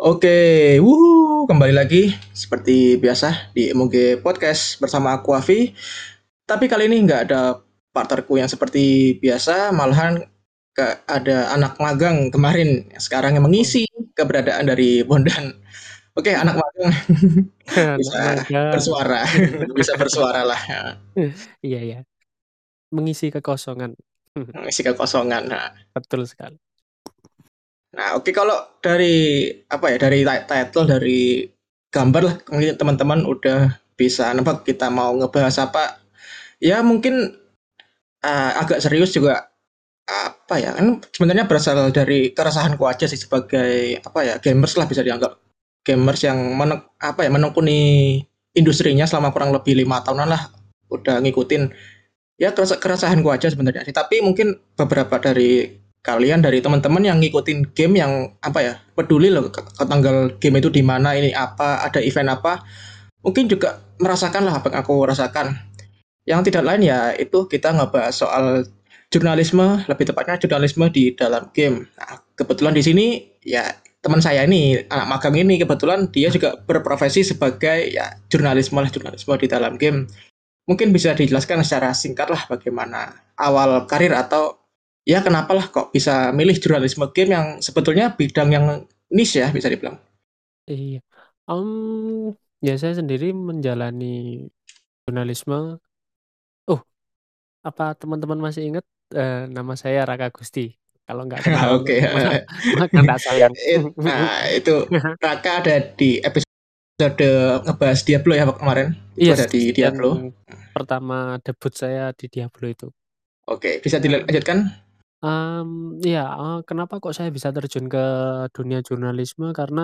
Oke, kembali lagi seperti biasa di MUG Podcast bersama aku Avi. Tapi kali ini nggak ada partnerku yang seperti biasa, malahan ada anak magang kemarin yang sekarang yang Oh, mengisi keberadaan dari Bondan. Oke, anak magang anak bisa magang. bersuara, bisa bersuara lah, Iya ya, mengisi kekosongan. mengisi kekosongan. Betul sekali. Nah, oke kalau dari apa ya dari title dari gambar lah mungkin teman-teman udah bisa nebak kita mau ngebahas apa. Ya mungkin agak serius juga apa ya kan sebenarnya berasal dari keresahanku aja sih sebagai apa ya gamers lah bisa dianggap gamers yang menekuni industrinya selama kurang lebih 5 tahunan lah udah ngikutin ya keresahanku aja sebenarnya sih tapi mungkin beberapa dari kalian dari teman-teman yang ngikutin game yang apa ya peduli loh ke tanggal game itu di mana ini apa ada event apa mungkin juga merasakan lah apa yang aku rasakan yang tidak lain ya itu kita ngebahas soal jurnalisme, lebih tepatnya jurnalisme di dalam game. Nah, kebetulan di sini ya teman saya ini anak magang ini kebetulan dia juga berprofesi sebagai ya jurnalisme di dalam game. Mungkin bisa dijelaskan secara singkat lah bagaimana awal karir atau ya kenapa lah kok bisa milih jurnalisme game yang sebetulnya bidang yang niche ya bisa dibilang. Iya. Ya saya sendiri menjalani jurnalisme. Oh, apa teman-teman masih ingat nama saya Raka Gusti? Kalau nggak kenalan, Oke. maka nggak sayang. Nah, itu Raka ada di episode ngebahas Diablo ya kemarin. Itu Iya, ada di yang Diablo. pertama debut saya di Diablo itu. Oke, bisa Nah, dilanjutkan? iya, kenapa kok saya bisa terjun ke dunia jurnalisme? Karena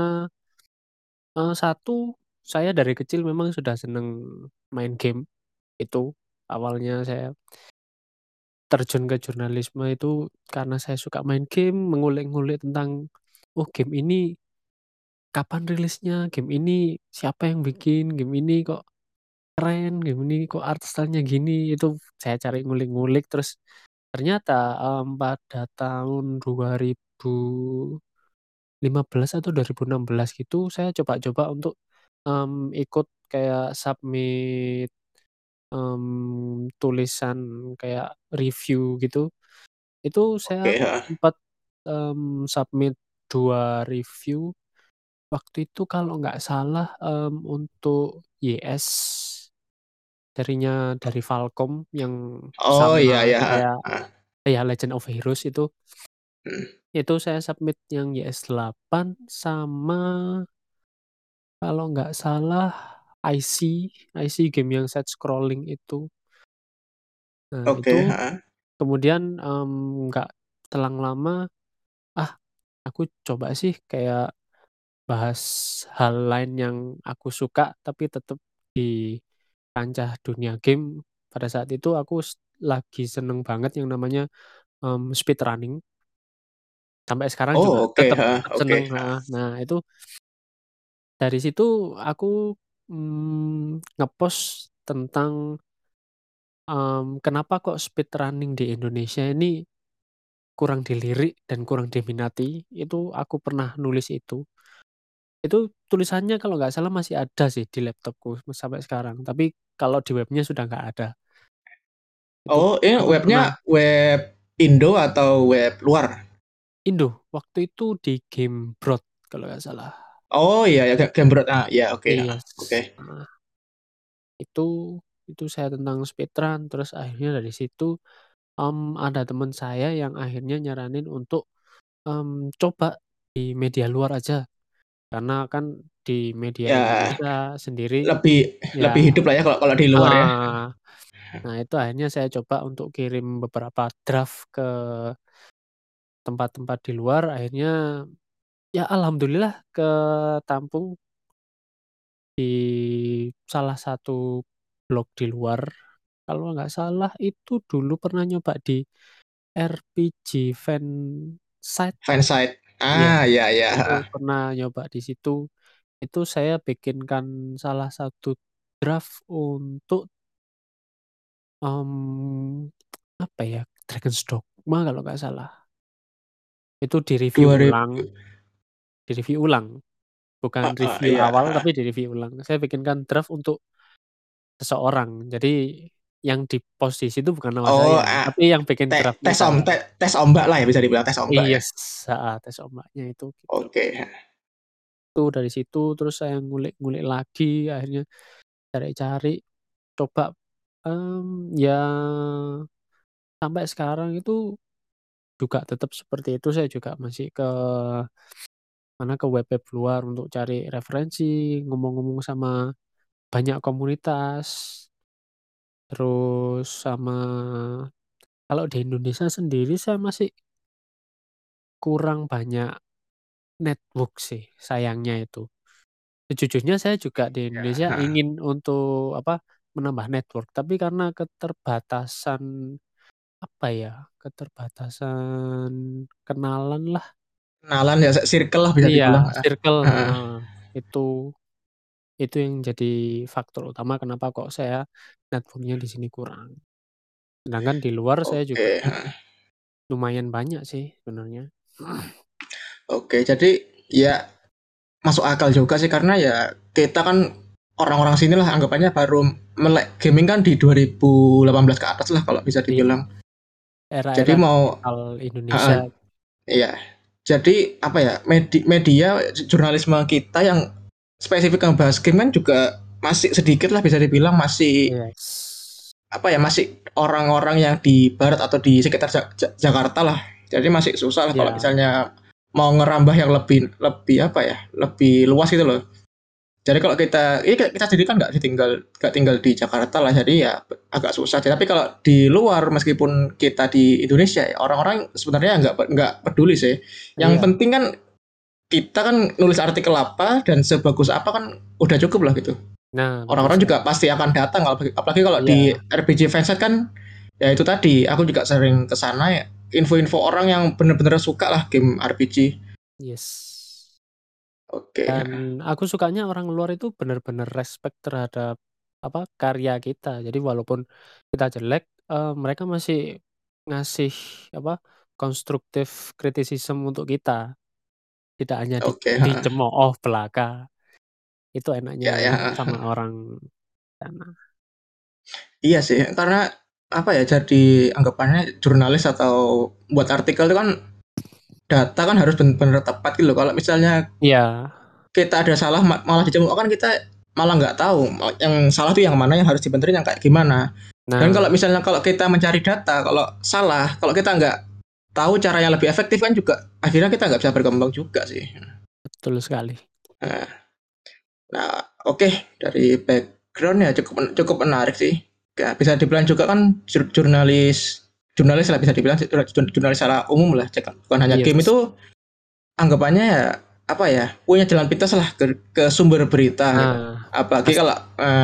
satu, saya dari kecil memang sudah seneng main game. Itu awalnya saya terjun ke jurnalisme itu karena saya suka main game, mengulik-ngulik tentang, oh game ini kapan rilisnya, game ini siapa yang bikin, game ini kok keren, game ini kok art style-nya gini, itu saya cari ngulik-ngulik terus ternyata pada tahun 2015 atau 2016 gitu saya coba-coba untuk ikut kayak submit tulisan kayak review gitu. Itu saya Oke, ha. sempat submit 2 review. Waktu itu kalau nggak salah, untuk YS dari Falcom yang Oh sama iya ya, ha. kayak Ha. ya Legend of Heroes Hmm. itu saya submit yang YS 8 sama kalau nggak salah IC IC game yang side scrolling itu. Nah itu Oke, ha. kemudian, nggak selang lama, ah aku coba sih kayak bahas hal lain yang aku suka tapi tetap di kancah dunia game. Pada saat itu aku lagi seneng banget yang namanya, speedrunning. Sampai sekarang Oh juga oke, tetap ha. tetap Oke, seneng, ha. heeh. Nah itu dari situ aku, nge-post tentang, kenapa kok speedrunning di Indonesia ini kurang dilirik dan kurang diminati, itu aku pernah nulis itu. Itu tulisannya kalau nggak salah masih ada sih di laptopku sampai sekarang, tapi kalau di webnya sudah nggak ada. Itu Oh, ini aku pernah webnya web Indo atau web luar? Indo, waktu itu di Gamebrot kalau nggak salah. Oh iya ya, Gambrot. Ah, ya oke, ha. Iya, Oke. heeh, itu itu saya tentang speedrun, terus akhirnya dari situ, ada teman saya yang akhirnya nyaranin untuk, coba di media luar aja, karena kan di media Ya Indonesia sendiri lebih ya, lebih hidup lah ya kalau kalau di luar ya. heeh. Nah, itu akhirnya saya coba untuk kirim beberapa draft ke tempat-tempat di luar, akhirnya ya alhamdulillah ketampung di salah satu blog di luar. Kalau nggak salah itu dulu pernah nyoba di RPG Fansite, Fansite. iya, Ah, ya ya, itu ha. pernah nyoba di situ. Itu saya bikinkan salah satu draft untuk, mmm, apa ya, Dragon's Dogma kalau nggak salah. Itu direview ulang 2000 direview ulang. bukan review Iya, awal tapi di-review ulang. Saya bikinkan draft untuk seseorang. Jadi yang di-post di situ bukan nama oh, saya, tapi yang bikin draft-nya saya. tes ombak lah ya, bisa dibilang tes ombak ya. Yes, heeh, tes ombaknya itu gitu. Oke. Tuh dari situ terus saya ngulik-ngulik lagi, akhirnya cari-cari, coba, ya sampai sekarang itu juga tetap seperti itu, saya juga masih ke web-web luar untuk cari referensi, ngomong-ngomong sama banyak komunitas, terus sama kalau di Indonesia sendiri saya masih kurang banyak network sih, sayangnya itu. Sejujurnya saya juga di Indonesia Ya. ingin untuk apa, menambah network, tapi karena keterbatasan, apa ya, keterbatasan kenalan lah. Kenalan ya, circle lah bisa Iya, dibilang. circle, Heeh. heeh, itu itu yang jadi faktor utama kenapa kok saya network-nya di sini kurang. Sedangkan di luar saya juga Oke, heeh. lumayan banyak sih sebenarnya. Oke, jadi ya masuk akal juga sih karena ya kita kan orang-orang sini lah anggapannya baru melek gaming kan di 2018 ke atas lah kalau bisa Iya, dibilang. Jadi era-era mau digital Indonesia. heeh, iya. Jadi apa ya, media jurnalisme kita yang spesifik ngebahas game kan juga masih sedikit lah bisa dibilang, masih Yes. apa ya, masih orang-orang yang di barat atau di sekitar Jakarta lah. Jadi masih susah lah kalau Ya, misalnya mau ngerambah yang lebih lebih apa ya, lebih luas gitu loh. Jadi kalau kita sendiri kan nggak tinggal di Jakarta lah, jadi ya agak susah. Tapi kalau di luar, meskipun kita di Indonesia, ya, orang-orang sebenarnya nggak peduli sih. Yang iya, penting kan kita kan nulis artikel apa dan sebagus apa kan udah cukup lah gitu. nah betul Orang-orang juga sekali. pasti akan datang, apalagi kalau di Iya, RPG fansite kan, ya itu tadi aku juga sering kesana ya, info-info orang yang bener-bener suka lah game RPG. yes. Oke. Dan aku sukanya orang luar itu benar-benar respect terhadap apa, karya kita. Jadi walaupun kita jelek, mereka masih ngasih apa, konstruktif criticism untuk kita, tidak hanya Oke. dicemooh belaka. Itu Ya, enaknya ya. sama orang sana. Iya sih, karena apa ya, jadi anggapannya jurnalis atau buat artikel itu kan data kan harus benar-benar tepat gitu loh. Kalau misalnya Iya, kita ada salah malah dicemooh kan, kita malah nggak tahu yang salah tuh yang mana, yang harus dibenerin yang kayak gimana. Dan kalau nah misalnya kalau kita mencari data, kalau salah, kalau kita nggak tahu cara yang lebih efektif kan juga akhirnya kita nggak bisa berkembang juga sih. betul sekali. Nah, nah, oke, dari background ya cukup cukup menarik sih. Ya, bisa dibilang juga kan jurnalis jurnalis lah, bisa dibilang jurnalis secara umum lah, bukan hanya game Yes. itu anggapannya ya apa ya, punya jalan pintas lah ke sumber berita gitu. Nah, Apalagi pasti. kalau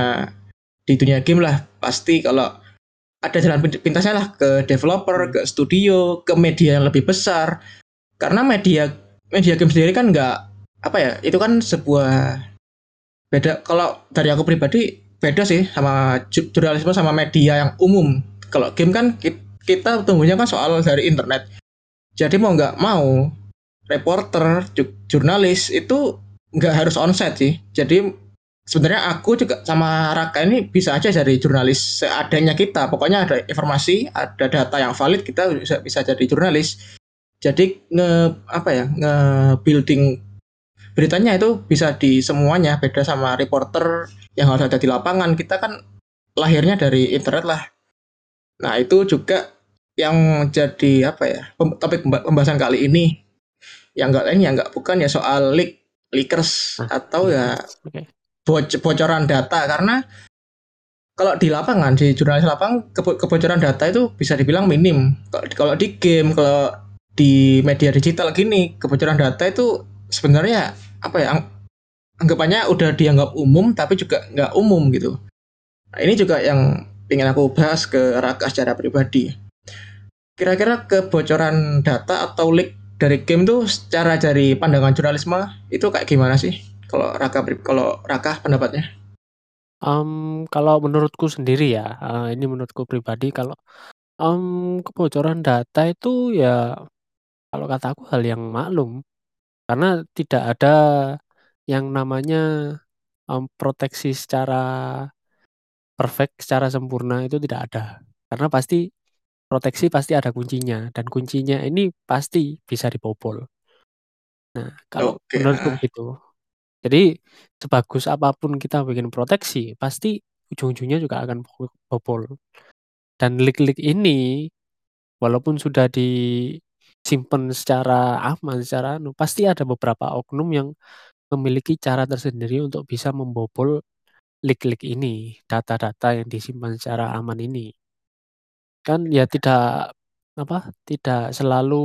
di dunia game lah, pasti kalau ada jalan pintasnya lah ke developer, Mmm, ke studio, ke media yang lebih besar. Karena media media game sendiri kan nggak apa ya, itu kan sebuah beda. Kalau dari aku pribadi beda sih sama jurnalisme sama media yang umum. Kalau game kan kita tumbuhnya kan soal dari internet, jadi mau nggak mau reporter jurnalis itu nggak harus onsite sih. Jadi sebenarnya aku juga sama Raka ini bisa aja jadi jurnalis seadanya kita. Pokoknya ada informasi, ada data yang valid, kita bisa bisa jadi jurnalis. Jadi apa ya, nge building beritanya itu bisa di semuanya, beda sama reporter yang harus ada di lapangan. Kita kan lahirnya dari internet lah. Nah, itu juga yang jadi apa ya, topik pembahasan kali ini. Yang enggak lain ya enggak bukan ya soal leakers nah, atau ya leakers, oke. bocoran data. Karena kalau di lapangan, di jurnalis lapangan, kebocoran data itu bisa dibilang minim. Kalau di game, kalau di media digital gini, kebocoran data itu sebenarnya apa ya, anggapannya udah dianggap umum tapi juga nggak umum gitu. Nah, ini juga yang ingin aku bahas ke Raka secara pribadi. Kira-kira kebocoran data atau leak dari game tuh secara dari pandangan jurnalisme itu kayak gimana sih? Kalau Raka pendapatnya? Kalau menurutku sendiri ya, ini menurutku pribadi kalau, kebocoran data itu ya kalau kata aku hal yang maklum, karena tidak ada yang namanya, proteksi secara perfect, secara sempurna itu tidak ada. Karena proteksi pasti ada kuncinya dan kuncinya ini pasti bisa dibobol. Nah, kalau Oke, menurutku begitu. Jadi sebagus apapun kita bikin proteksi, pasti ujung-ujungnya juga akan bobol. Dan leak-leak ini walaupun sudah disimpan secara aman, secara pasti ada beberapa oknum yang memiliki cara tersendiri untuk bisa membobol leak-leak ini, data-data yang disimpan secara aman ini. Kan ya tidak selalu,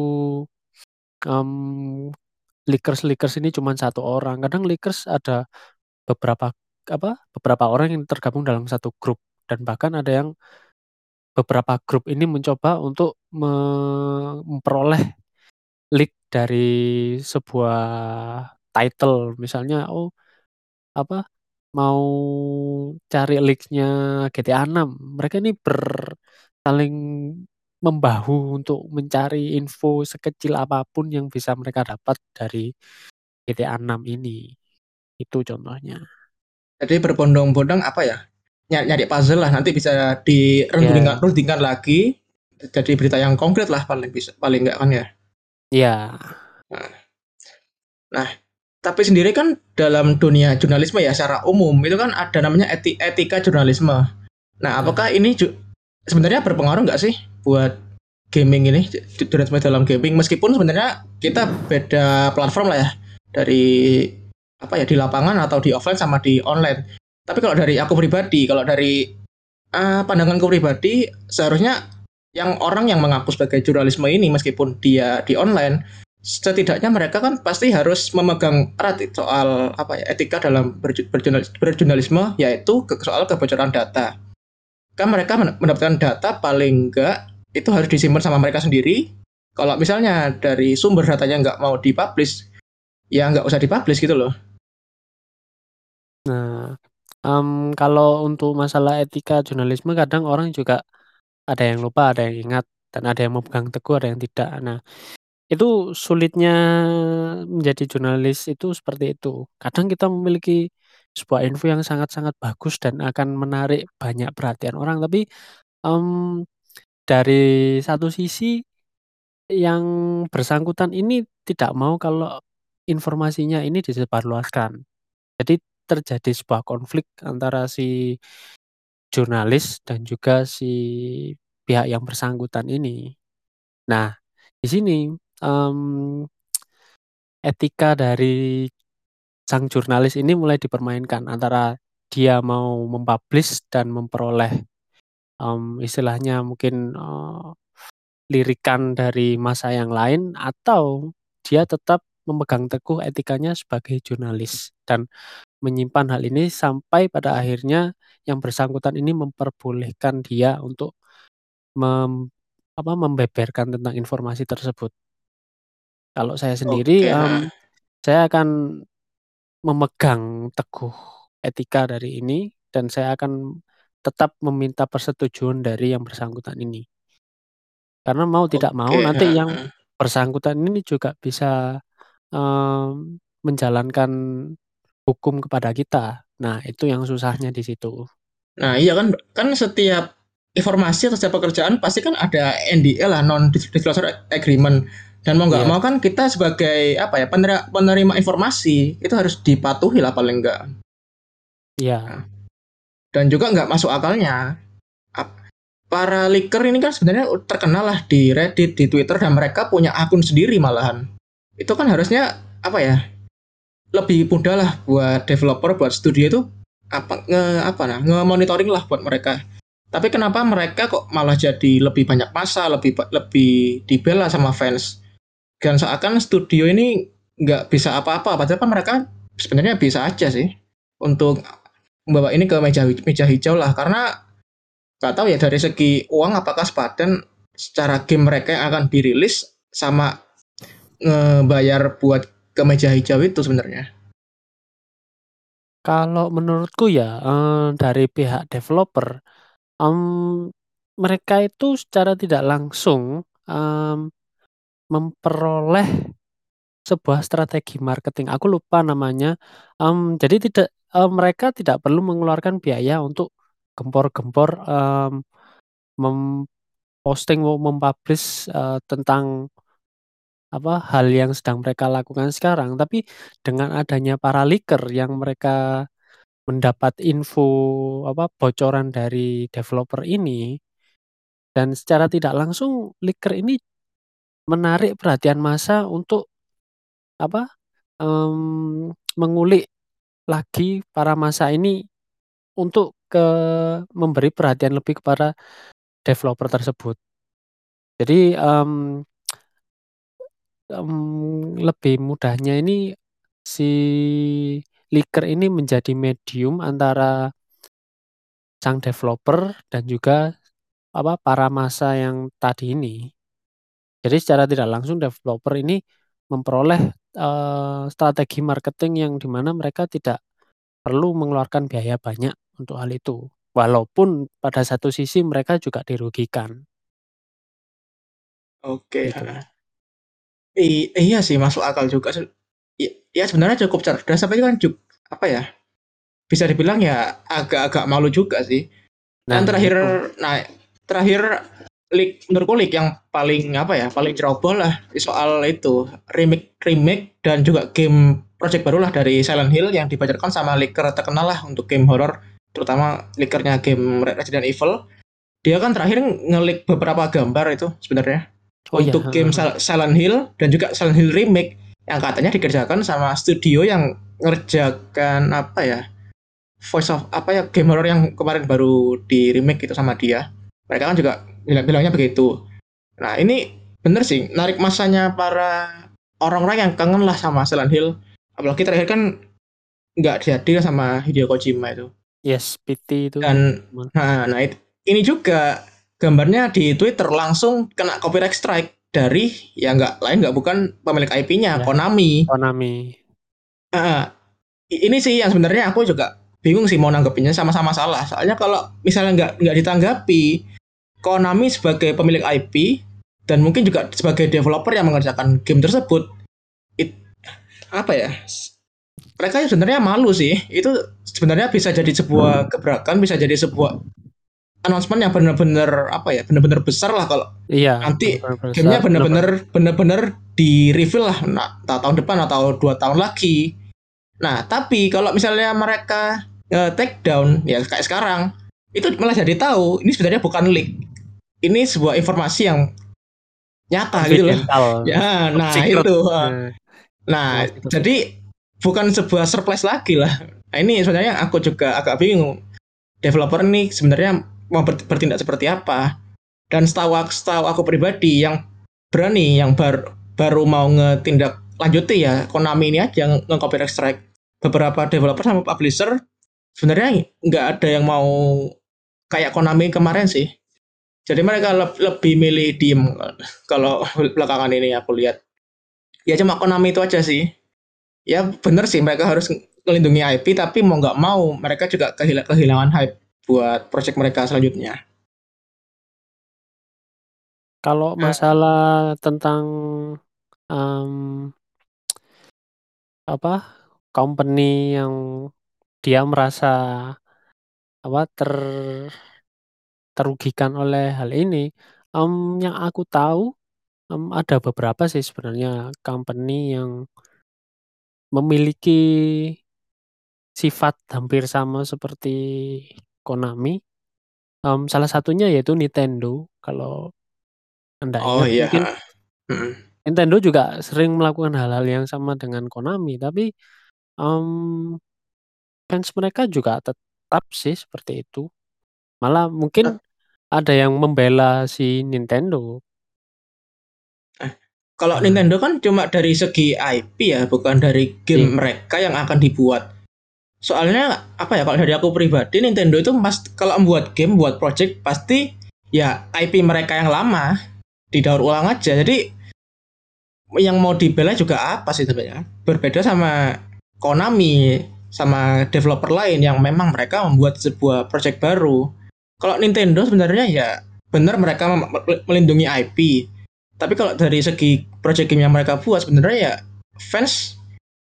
mmm, leakers-leakers ini cuman satu orang, kadang leakers ada beberapa beberapa orang yang tergabung dalam satu grup dan bahkan ada yang beberapa grup ini mencoba untuk memperoleh leak dari sebuah title. Misalnya, apa, mau cari leak-nya GTA 6, mereka ini saling membahu untuk mencari info sekecil apapun yang bisa mereka dapat dari GTA 6 ini, itu contohnya. jadi berbondong-bondong apa ya? Nyari puzzle lah nanti bisa Ya, dirundingkan lagi jadi berita yang konkret lah paling enggak kan ya. iya, Nah, nah, tapi sendiri kan dalam dunia jurnalisme ya secara umum itu kan ada namanya etika jurnalisme. Nah, apakah nah, ini sebenarnya berpengaruh nggak sih buat gaming ini, jurnalisme dalam gaming, meskipun sebenarnya kita beda platform lah ya, dari apa ya, di lapangan atau di offline sama di online. Tapi kalau dari aku pribadi, kalau dari pandanganku pribadi, seharusnya yang orang yang mengaku sebagai jurnalisme ini meskipun dia di online, setidaknya mereka kan pasti harus memegang erat soal apa ya, etika dalam berjurnalisme, yaitu soal kebocoran data. Kan mereka mendapatkan data paling enggak itu harus disimpan sama mereka sendiri. Kalau misalnya dari sumber datanya nggak mau dipublish, ya nggak usah dipublish gitu loh. nah, kalau untuk masalah etika jurnalisme kadang orang juga ada yang lupa, ada yang ingat, dan ada yang memegang teguh, ada yang tidak. Nah, itu sulitnya menjadi jurnalis itu seperti itu. Kadang kita memiliki sebuah info yang sangat-sangat bagus dan akan menarik banyak perhatian orang, tapi, mmm, dari satu sisi yang bersangkutan ini tidak mau kalau informasinya ini disebarluaskan. Jadi terjadi sebuah konflik antara si jurnalis dan juga si pihak yang bersangkutan ini. Nah, di sini, mmm, etika dari sang jurnalis ini mulai dipermainkan antara dia mau mempublish dan memperoleh, istilahnya mungkin, lirikan dari masa yang lain atau dia tetap memegang teguh etikanya sebagai jurnalis dan menyimpan hal ini sampai pada akhirnya yang bersangkutan ini memperbolehkan dia untuk membeberkan tentang informasi tersebut. Kalau saya sendiri, Oke, ha. saya akan memegang teguh etika dari ini dan saya akan tetap meminta persetujuan dari yang bersangkutan ini. Karena mau tidak mau Oke, nanti ha. yang bersangkutan ini juga bisa, menjalankan hukum kepada kita. Nah, itu yang susahnya di situ. Nah, iya kan kan setiap informasi atau setiap pekerjaan pasti kan ada NDA lah, non disclosure agreement. Dan mau nggak Iya, mau kan kita sebagai apa ya, penerima informasi itu harus dipatuhi lah paling enggak. iya, Nah, dan juga nggak masuk akalnya. Para leaker ini kan sebenarnya terkenal lah di Reddit, di Twitter, dan mereka punya akun sendiri malahan. Itu kan harusnya apa ya, lebih mudah lah buat developer, buat studio itu nge monitoring lah buat mereka. Tapi kenapa mereka kok malah jadi lebih banyak masa, lebih dibela sama fans? Dan seakan studio ini nggak bisa apa-apa, padahal kan mereka sebenarnya bisa aja sih untuk membawa ini ke meja hijau lah, karena nggak tahu ya dari segi uang apakah sepadan secara game mereka yang akan dirilis sama ngebayar buat ke meja hijau itu sebenarnya. kalau menurutku ya, dari pihak developer, mmm, mereka itu secara tidak langsung, memperoleh sebuah strategi marketing. Aku lupa namanya. Jadi mereka tidak perlu mengeluarkan biaya untuk gempor-gempor, memposting, mempublish, tentang hal yang sedang mereka lakukan sekarang. Tapi dengan adanya para leaker yang mereka mendapat info, bocoran dari developer ini, dan secara tidak langsung leaker ini menarik perhatian massa untuk apa, mengulik lagi para massa ini untuk memberi perhatian lebih kepada developer tersebut. Jadi, lebih mudahnya ini si leaker ini menjadi medium antara sang developer dan juga para massa yang tadi ini. Jadi secara tidak langsung developer ini memperoleh, strategi marketing yang di mana mereka tidak perlu mengeluarkan biaya banyak untuk hal itu. Walaupun pada satu sisi mereka juga dirugikan, Oke, gitu. iya sih masuk akal juga sih. Ya sebenarnya cukup cerdas, tapi kan apa ya, bisa dibilang ya agak-agak malu juga sih. Dan Nah itu, nah terakhir menurutku leak yang paling apa ya, paling ceroboh lah soal itu remake dan juga game project baru lah dari Silent Hill yang dibacakan sama leaker terkenal lah untuk game horror, terutama leakernya game Resident Evil. Dia kan terakhir ngelik beberapa gambar itu sebenarnya oh ya, untuk game Silent Hill dan juga Silent Hill remake yang katanya dikerjakan sama studio yang ngerjakan apa ya, voice of apa ya, game horror yang kemarin baru di remake itu sama dia. Mereka kan juga bilangnya begitu. Nah ini bener sih, narik masanya para orang-orang yang kangen lah sama Silent Hill. Apalagi terakhir kan nggak jadi sama Hideo Kojima itu. yes, PT itu. Dan ini juga gambarnya di Twitter langsung kena copyright strike dari ya nggak lain nggak bukan pemilik IP-nya, Ya, Konami. Konami. Nah, ini sih yang sebenarnya aku juga bingung sih mau nanggepinnya, sama-sama salah. Soalnya kalau misalnya nggak ditanggapi, Konami sebagai pemilik IP dan mungkin juga sebagai developer yang mengerjakan game tersebut, it, apa ya? Mereka sebenarnya malu sih. Itu sebenarnya bisa jadi sebuah gebrakan, bisa jadi sebuah announcement yang benar-benar apa ya, benar-benar besar lah kalau Iya, nanti benar-benar besar, gamenya benar-benar. benar-benar di reveal lah, nah, tahun depan atau 2 tahun lagi. Nah tapi kalau misalnya mereka take down ya kayak sekarang, itu malah jadi tahu ini sebenarnya bukan leak, ini sebuah informasi yang nyata gitu loh. Confidential, Ya, top nah secret. itu. Nah, Nah, masih top secret. jadi bukan sebuah surprise lagi lah. Nah, ini sebenarnya aku juga agak bingung. Developer ini sebenarnya mau bertindak seperti apa? Dan setahu aku pribadi yang berani, yang baru mau ngetindak lanjuti ya Konami ini aja nge-copyright strike. Beberapa developer sama publisher sebenarnya nggak ada yang mau kayak Konami kemarin sih. Jadi mereka lebih milih diem kalau belakangan ini aku lihat. Ya cuma Konami itu aja sih. Ya bener sih mereka harus melindungi IP, tapi mau nggak mau mereka juga kehilangan hype buat project mereka selanjutnya. Kalau Nah, masalah tentang, mmm, apa, company yang dia merasa, apa, ter terugikan oleh hal ini, yang aku tahu, ada beberapa sih sebenarnya company yang memiliki sifat hampir sama seperti Konami, salah satunya yaitu Nintendo, kalau Anda oh ingat iya, mungkin mm. Nintendo juga sering melakukan hal-hal yang sama dengan Konami, tapi, mmm, fans mereka juga tetap sih seperti itu. Malah mungkin ada yang membela si Nintendo. Eh, kalau Nah, Nintendo kan cuma dari segi IP ya, bukan dari iya, game mereka yang akan dibuat. Soalnya apa ya, kalau dari aku pribadi Nintendo itu kalau membuat game, buat project pasti ya IP mereka yang lama didaur ulang aja. Jadi yang mau dibela juga apa sih sebenarnya? Berbeda sama Konami, sama developer lain yang memang mereka membuat sebuah project baru. Kalau Nintendo sebenarnya ya benar mereka melindungi IP. Tapi kalau dari segi project game yang mereka buat sebenarnya ya fans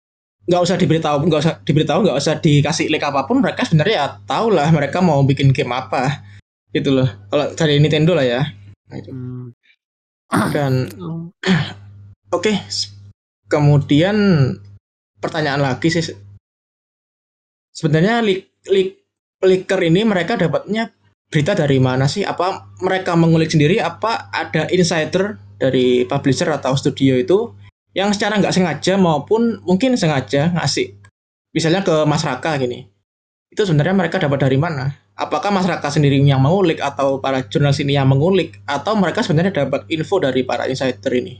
nggak usah dikasih link apapun, mereka sebenarnya ya tahu lah mereka mau bikin game apa gitu loh. Kalau dari Nintendo lah ya. Nah, itu. Hmm. Dan Oh, oke, kemudian pertanyaan lagi sih, sebenarnya leaker ini mereka dapatnya berita dari mana sih? Apa mereka mengulik sendiri? Apa ada insider dari publisher atau studio itu yang secara nggak sengaja maupun mungkin sengaja ngasih misalnya ke Mas Raka gini? Itu sebenarnya mereka dapat dari mana? Apakah masyarakat sendiri yang mengulik atau para jurnalis ini yang mengulik atau mereka sebenarnya dapat info dari para insider ini?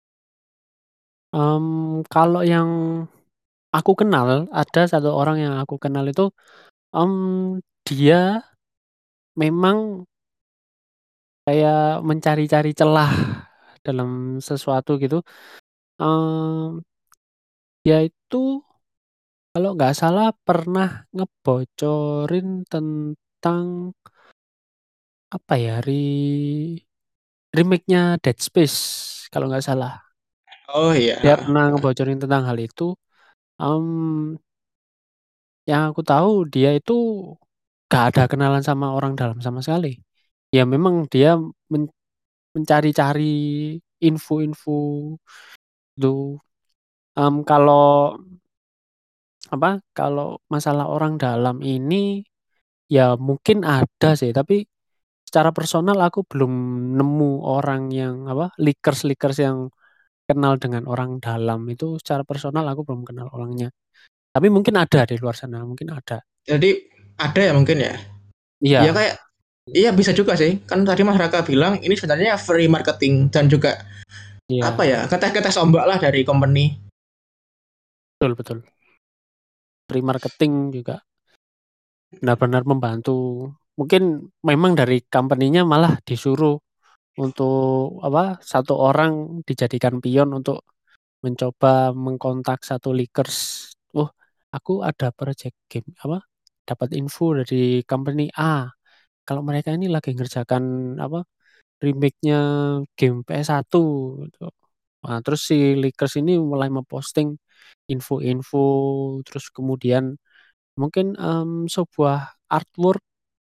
kalau yang aku kenal, ada satu orang yang aku kenal itu, dia memang kayak mencari-cari celah dalam sesuatu gitu. Mmm, Dia itu kalau nggak salah pernah ngebocorin tentang apa ya, remake-nya Dead Space kalau nggak salah. Oh Dia iya. pernah ngebocorin tentang hal itu, mmm, yang aku tahu dia itu nggak ada kenalan sama orang dalam sama sekali. Ya memang dia men mencari-cari info-info itu, kalau apa, kalau masalah orang dalam ini ya mungkin ada sih, tapi secara personal aku belum nemu orang yang apa, leakers-leakers yang kenal dengan orang dalam itu secara personal aku belum kenal orangnya. Tapi mungkin ada di luar sana, mungkin ada. Jadi ada ya mungkin ya. Ya Iya, kayak iya bisa juga sih. Kan tadi Mas Raka bilang ini sebenarnya free marketing dan juga apa iya, ya, ketes-ketes ombak lah dari company. betul betul. Pre-marketing juga benar-benar membantu. Mungkin memang dari company-nya malah disuruh untuk apa, satu orang dijadikan pion untuk mencoba mengkontak satu leakers, "Oh, aku ada project game," apa, dapat info dari company A, kalau mereka ini lagi ngerjakan apa, remake-nya game PS1 gitu. Nah, terus si leakers ini mulai memposting info-info, terus kemudian mungkin, sebuah artwork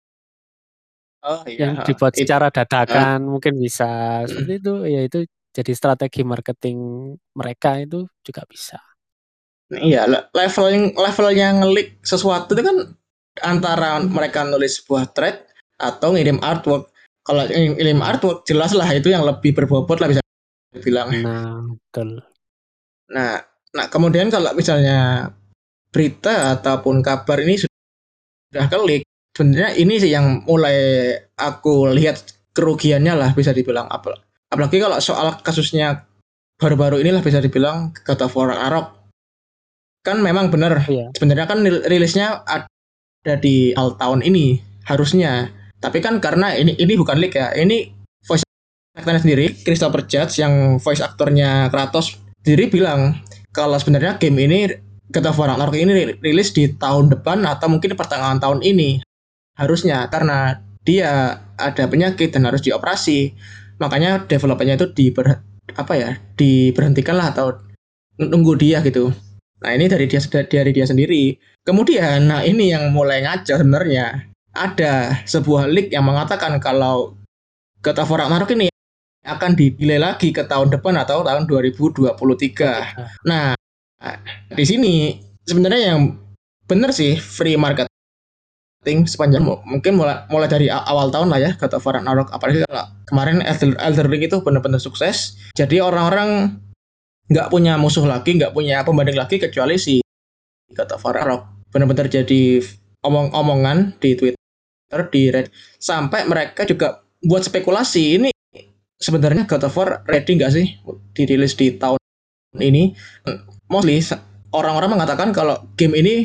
Oh iya, yang dibuat It, secara eh, dadakan mungkin bisa seperti itu, ya itu jadi strategi marketing mereka itu juga bisa. iya levelnya ngelik sesuatu itu kan antara mereka nulis sebuah thread atau ngirim artwork. Kalau ngirim Iya. artwork jelas lah itu yang lebih berbobot lah bisa dibilang. Nah, betul. Nah, nah kemudian kalau misalnya berita ataupun kabar ini sudah klik, sebenarnya ini sih yang mulai aku lihat kerugiannya lah bisa dibilang. Apalagi kalau soal kasusnya baru-baru inilah bisa dibilang God of War Ragnarok, kan memang benar Iya, sebenarnya kan rilisnya ada di awal tahun ini harusnya, tapi kan karena ini bukan leak ya, ini voice actornya sendiri Christopher Judge yang voice aktornya Kratos sendiri bilang kalau sebenarnya game ini God of War Ragnarok ini rilis di tahun depan atau mungkin di pertengahan tahun ini harusnya, karena dia ada penyakit dan harus dioperasi, makanya developernya itu apa ya, diberhentikan lah atau nunggu dia gitu. Nah ini dari dia sendiri. Kemudian, nah ini yang mulai ngaco sebenarnya. Ada sebuah leak yang mengatakan kalau God of War Ragnarok ini akan di-delay lagi ke tahun depan atau tahun 2023. 23. Nah, di sini sebenarnya yang benar sih free marketing sepanjang mungkin mulai dari awal tahun lah ya God of War Ragnarok, apalagi kalau kemarin Elder Ring itu benar-benar sukses. Jadi orang-orang nggak punya musuh lagi, nggak punya pembanding lagi kecuali si God of War Ragnarok. Benar-benar jadi omong-omongan di Twitter, di Reddit, sampai mereka juga buat spekulasi ini sebenarnya God of War ready nggak sih dirilis di tahun ini. Mostly orang-orang mengatakan kalau game ini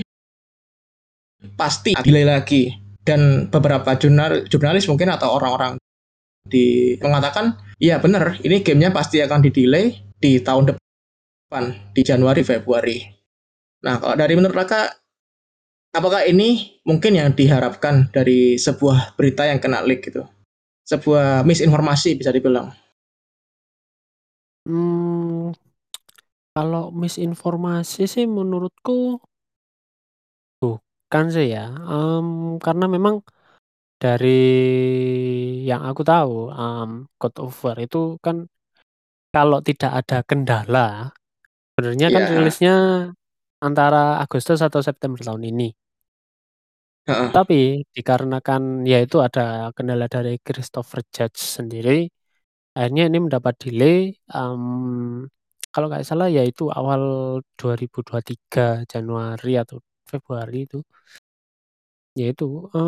pasti delay lagi, dan beberapa jurnalis mungkin atau orang-orang mengatakan iya benar ini gamenya pasti akan di delay di tahun depan di Januari Februari. Nah kalau dari menurut kakak, apakah ini mungkin yang diharapkan dari sebuah berita yang kena leak gitu? Sebuah misinformasi bisa dibilang. Mmm, Kalau misinformasi sih menurutku bukan sih ya, karena memang dari yang aku tahu, God of War itu kan kalau tidak ada kendala, sebenarnya kan Ya, rilisnya antara Agustus atau September tahun ini. heeh. Tapi dikarenakan ya itu ada kendala dari Christopher Judge sendiri, akhirnya ini mendapat delay, kalau nggak salah ya itu awal 2023 Januari atau Februari itu. Ya itu,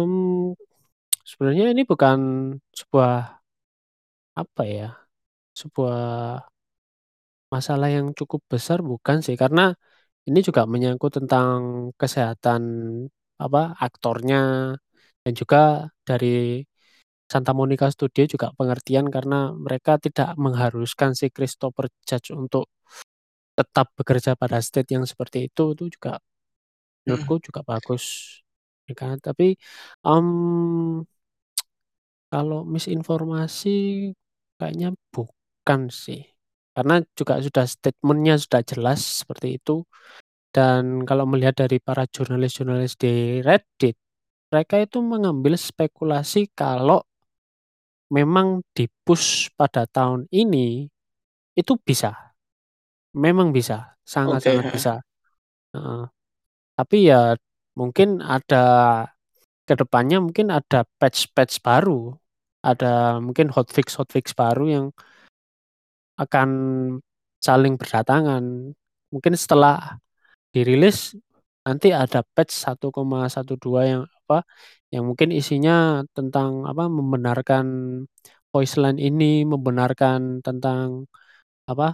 sebenarnya ini bukan sebuah, apa ya, sebuah masalah yang cukup besar bukan sih, karena ini juga menyangkut tentang kesehatan, apa, aktornya dan juga dari Santa Monica Studio juga pengertian karena mereka tidak mengharuskan si Christopher Judge untuk tetap bekerja pada state yang seperti itu juga Mhm. menurutku juga bagus, ya kan. Tapi, mmm, kalau misinformasi kayaknya bukan sih, karena juga sudah statement-nya sudah jelas seperti itu dan kalau melihat dari para jurnalis-jurnalis di Reddit, mereka itu mengambil spekulasi kalau memang di-push pada tahun ini, itu bisa, memang bisa, Oke, sangat-sangat heeh. bisa, heeh. Tapi ya mungkin ada ke depannya mungkin ada patch-patch baru, ada mungkin hotfix-hotfix baru yang akan saling berdatangan. Mungkin setelah dirilis nanti ada patch 1,12 yang apa, yang mungkin isinya tentang apa, membenarkan voice line ini, membenarkan tentang apa,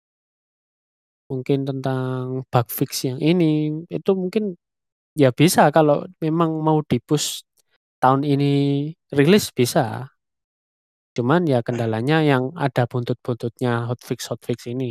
mungkin tentang bug fix yang ini, itu mungkin ya bisa kalau memang mau di-push tahun ini rilis bisa. Cuman ya kendalanya yang ada buntut-buntutnya hotfix-hotfix ini.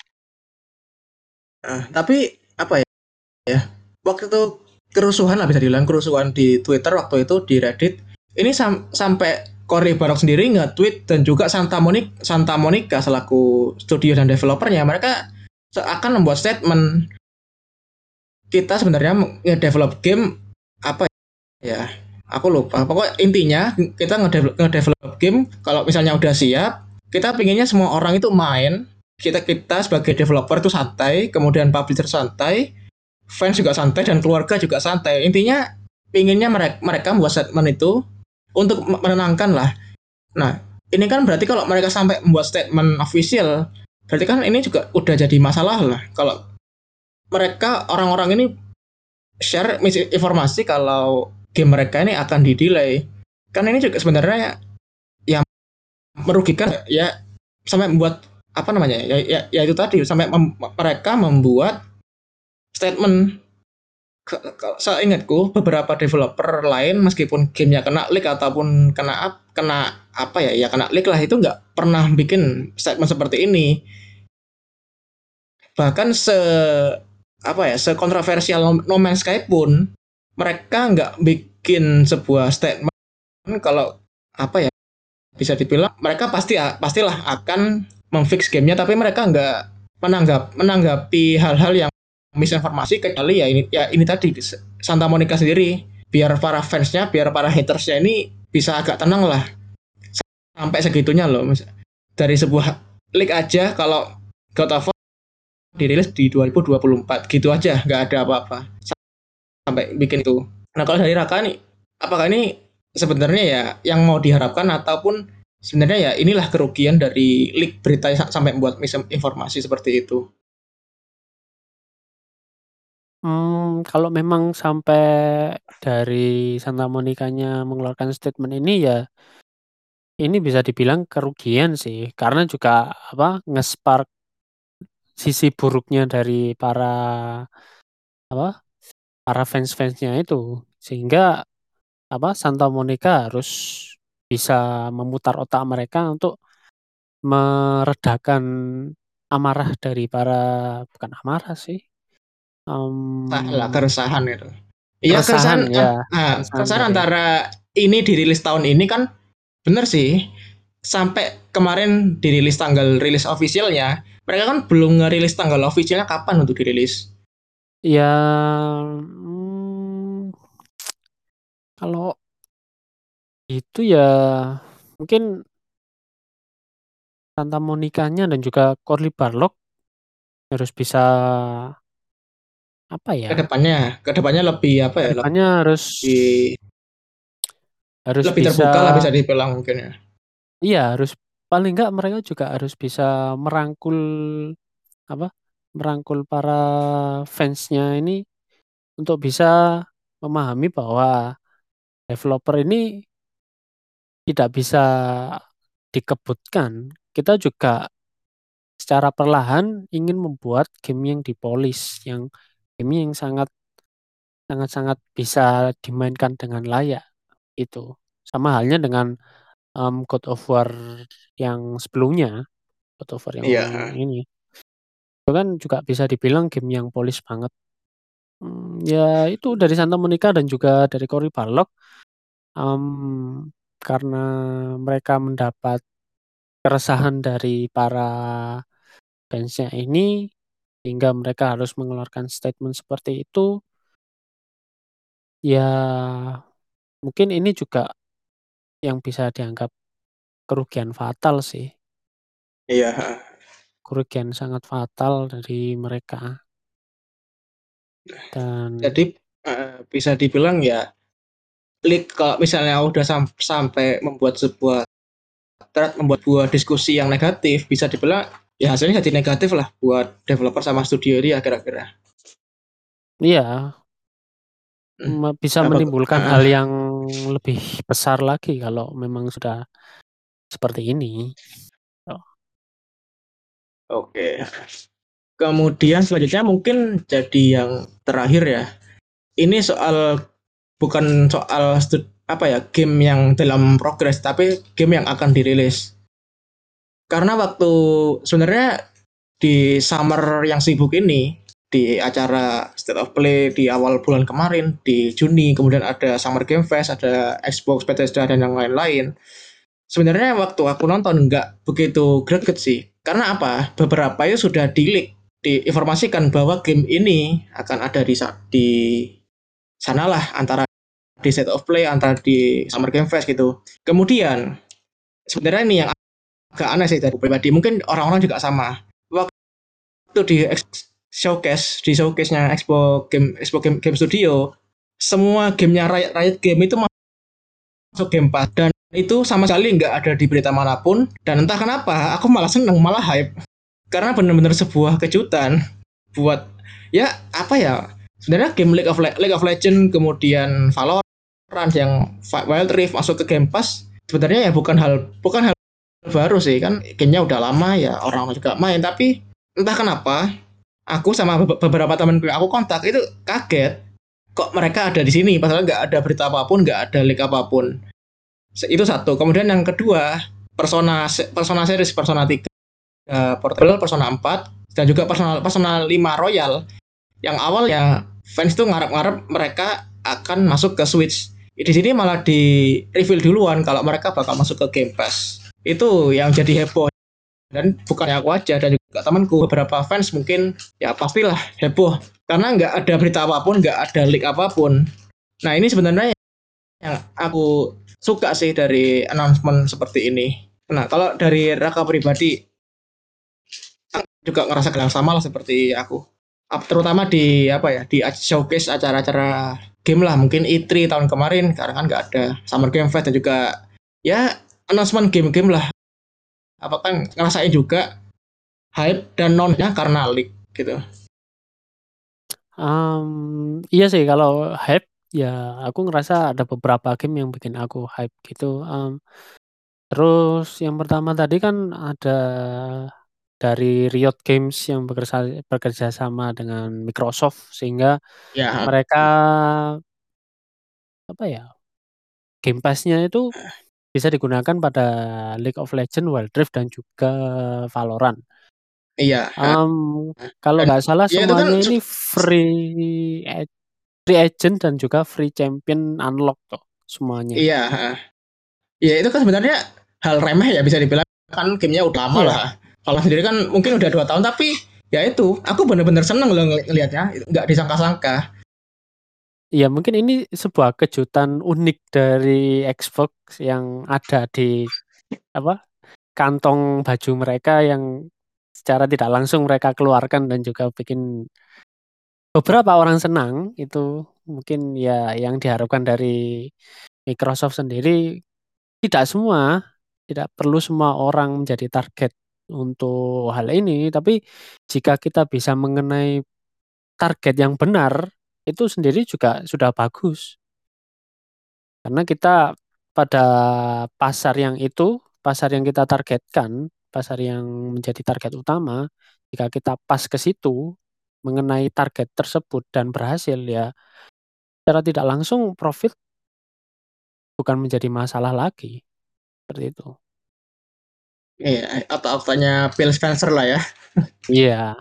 Tapi apa ya, waktu itu kerusuhan lah bisa dibilang kerusuhan di Twitter waktu itu di Reddit. Ini sampai Cory Barlog sendiri nge-tweet dan juga Santa Monica selaku studio dan developernya mereka seakan membuat statement kita sebenarnya nge-develop game apa ya, aku lupa pokoknya intinya kita nge-develop game kalau misalnya udah siap kita pinginnya semua orang itu main, kita kita sebagai developer itu santai, kemudian publisher santai, fans juga santai dan keluarga juga santai. Intinya pinginnya mereka membuat statement itu untuk menenangkan lah. Nah, ini kan berarti kalau mereka sampai membuat statement official, berarti kan ini juga udah jadi masalah lah. Kalau mereka orang-orang ini share informasi kalau game mereka ini akan di-delay. Kan ini juga sebenarnya yang merugikan ya, sampai membuat apa namanya ya itu tadi sampai mereka membuat statement. Seingatku beberapa developer lain meskipun gamenya kena leak ataupun kena apa ya ya kena leak lah itu nggak pernah bikin statement seperti ini, bahkan apa ya sekontroversial No Man's Sky pun mereka nggak bikin sebuah statement kalau apa ya bisa dibilang mereka pastilah akan memfix gamenya tapi mereka nggak menanggapi hal-hal yang misinformasi kecuali ya ini tadi Santa Monica sendiri biar para fansnya biar para hatersnya ini bisa agak tenang lah sampai segitunya loh dari sebuah leak aja kalau God of War dirilis di 2024 gitu aja nggak ada apa-apa sampai bikin itu. Nah kalau dari Raka nih apakah ini sebenarnya ya yang mau diharapkan ataupun sebenarnya ya inilah kerugian dari leak berita sampai membuat misinformasi seperti itu. Kalau memang sampai dari Santa Monicanya mengeluarkan statement ini ya, ini bisa dibilang kerugian sih, karena juga apa, nge-spark sisi buruknya dari para apa, para fans-fansnya itu. Sehingga apa, Santa Monica harus bisa memutar otak mereka untuk meredakan amarah dari para, bukan amarah sih, Lah mmm, keresahan itu. Iya keresahan ya, keresahan keresahan dari antara ini dirilis tahun ini kan bener sih sampai kemarin dirilis tanggal rilis officialnya Mereka kan belum ngerilis tanggal officialnya kapan untuk dirilis. Ya, kalau itu ya mungkin Santa Monica-nya dan juga Cory Barlog harus bisa apa ya? Kedepannya lebih apa ya, Kedepannya harus lebih harus lebih bisa, terbuka lah bisa dibilang mungkin ya. iya harus paling enggak mereka juga harus bisa merangkul apa? Merangkul para fansnya ini untuk bisa memahami bahwa developer ini tidak bisa dikebutkan. Kita juga secara perlahan ingin membuat game yang dipolish, yang game yang sangat-sangat bisa dimainkan dengan layak, itu. Sama halnya dengan, God of War yang sebelumnya, God of War yang Iya. ini, itu kan juga bisa dibilang game yang polish banget. Ya itu dari Santa Monica dan juga dari Cory Barlog, mmm, karena mereka mendapat keresahan dari para fans-nya ini, sehingga mereka harus mengeluarkan statement seperti itu, ya mungkin ini juga yang bisa dianggap kerugian fatal sih, Iya. kerugian sangat fatal dari mereka dan Jadi bisa dibilang ya leak kalau misalnya udah sampai membuat sebuah thread, membuat sebuah diskusi yang negatif, bisa dibilang ya hasilnya jadi negatif lah buat developer sama studio ini ya kira-kira. iya, Hmm. bisa Apa, menimbulkan hal yang lebih besar lagi kalau memang sudah seperti ini. Oh, oke. Kemudian selanjutnya mungkin jadi yang terakhir ya. Ini bukan soal apa ya game yang dalam progres, tapi game yang akan dirilis. Karena waktu sebenarnya di summer yang sibuk ini, di acara State of Play di awal bulan kemarin di Juni, kemudian ada Summer Game Fest, ada Xbox, Bethesda dan yang lain-lain. Sebenarnya waktu aku nonton nggak begitu greget sih. Karena apa? Beberapa itu sudah diinformasikan bahwa game ini akan ada di sanalah, antara di State of Play, antara di Summer Game Fest gitu. Kemudian sebenarnya ini yang agak aneh sih dari pribadi. Mungkin orang-orang juga sama. Waktu di showcase-nya Expo Game Studio, semua gamenya Riot Game itu masuk Game Pass dan itu sama sekali nggak ada di berita manapun, dan entah kenapa aku malah seneng, malah hype karena benar-benar sebuah kejutan buat ya apa ya, sebenarnya game League of Legends kemudian Valorant yang Wild Rift masuk ke Game Pass sebenarnya ya bukan hal baru sih, kan gamenya udah lama ya orang juga main, tapi entah kenapa aku sama beberapa teman aku kontak itu kaget kok mereka ada di sini padahal nggak ada berita apapun, nggak ada leak apapun. Itu satu. Kemudian yang kedua, Persona series, Persona 3 Portable, Persona 4 dan juga Persona 5 Royal yang awalnya fans tuh ngarep-ngarep mereka akan masuk ke Switch. Di sini malah di reveal duluan kalau mereka bakal masuk ke Game Pass. Itu yang jadi heboh, dan bukan aku aja, dan juga temanku beberapa fans mungkin ya pastilah heboh karena nggak ada berita apapun, nggak ada leak apapun. Nah ini sebenarnya yang aku suka sih dari announcement seperti ini. Nah, kalau dari Raka pribadi juga ngerasa yang sama lah seperti aku. Terutama di apa ya, di showcase acara-acara game lah, mungkin E3 tahun kemarin karena kan nggak ada Summer Game Fest dan juga ya announcement game-game lah. Apa kan ngerasain juga hype dan nonnya karena leak gitu. iya sih kalau hype, ya aku ngerasa ada beberapa game yang bikin aku hype gitu, terus yang pertama tadi kan ada dari Riot Games yang bekerja sama dengan Microsoft sehingga Ya, mereka, apa ya, Game Pass-nya itu bisa digunakan pada League of Legends, Wild Rift, dan juga Valorant. iya. Kalau Dan nggak salah ya itu kan semuanya ini free agent dan juga free champion unlock tuh semuanya. iya. Ya itu kan sebenarnya hal remeh ya bisa dibilang, kan gamenya udah lama Iya, lah. Kalau sendiri kan mungkin udah 2 tahun, tapi ya itu aku bener-bener seneng loh ngelihatnya, nggak disangka-sangka. Ya mungkin ini sebuah kejutan unik dari Xbox yang ada di apa, kantong baju mereka yang secara tidak langsung mereka keluarkan dan juga bikin beberapa orang senang, itu mungkin ya yang diharapkan dari Microsoft sendiri. Tidak semua, tidak perlu semua orang menjadi target untuk hal ini, tapi jika kita bisa mengenai target yang benar, itu sendiri juga sudah bagus. Karena kita pada pasar yang itu, pasar yang kita targetkan, pasar yang menjadi target utama, jika kita pas ke situ, mengenai target tersebut dan berhasil, ya secara tidak langsung profit bukan menjadi masalah lagi, seperti itu. Iya, atau aktanya Phil Spencer lah ya. Iya.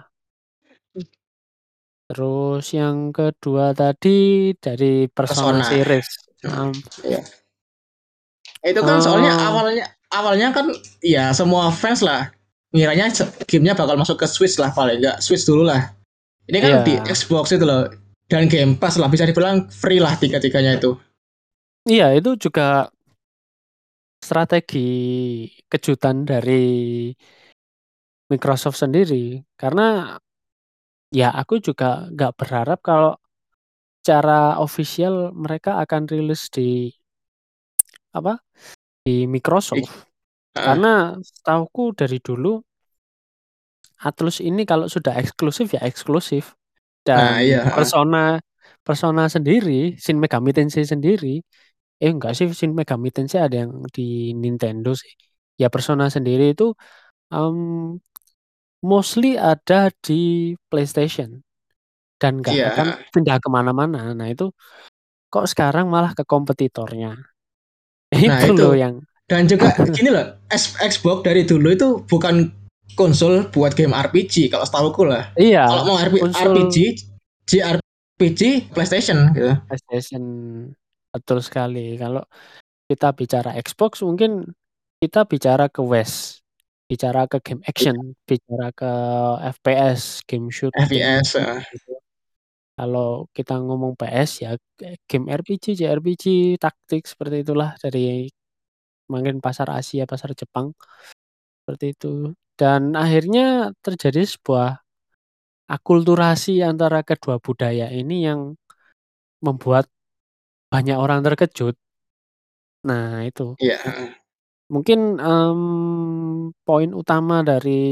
Terus yang kedua tadi dari Persona Persona. series, Hmm, mmm, iya. Itu kan soalnya eee, awalnya awalnya kan ya semua fans lah ngiranya gamenya bakal masuk ke Switch lah, paling enggak Switch dulu lah. Ini kan di iya Xbox itu loh, dan Game Pass lah, bisa dibilang free lah tiga-tiganya itu. iya itu juga strategi kejutan dari Microsoft sendiri, karena ya aku juga nggak berharap kalau secara official mereka akan rilis di apa, di Ih, Microsoft. Karena setahuku dari dulu Atlus ini kalau sudah eksklusif ya eksklusif. nah iya, Dan Persona Persona sendiri, Shin Megami Tensei sendiri, enggak sih, Shin Megami Tensei ada yang di Nintendo sih. Ya Persona sendiri itu, mmm, mostly ada di PlayStation dan nggak akan iya. pindah ke mana-mana. Nah itu kok sekarang malah ke kompetitornya. Nah Itu itu, loh yang dan juga gini loh, Xbox dari dulu itu bukan konsol buat game RPG kalau setahuku lah. iya, Kalau mau konsol RPG, JRPG PlayStation gitu. PlayStation, betul sekali. Kalau kita bicara Xbox mungkin kita bicara ke West, bicara ke game action, bicara ke FPS, game shooting, FPS. gitu. Kalau kita ngomong PS ya game RPG, JRPG, taktik seperti itulah dari mungkin pasar Asia, pasar Jepang, seperti itu. Dan akhirnya terjadi sebuah akulturasi antara kedua budaya ini yang membuat banyak orang terkejut. Nah itu. Iya. Mungkin, poin utama dari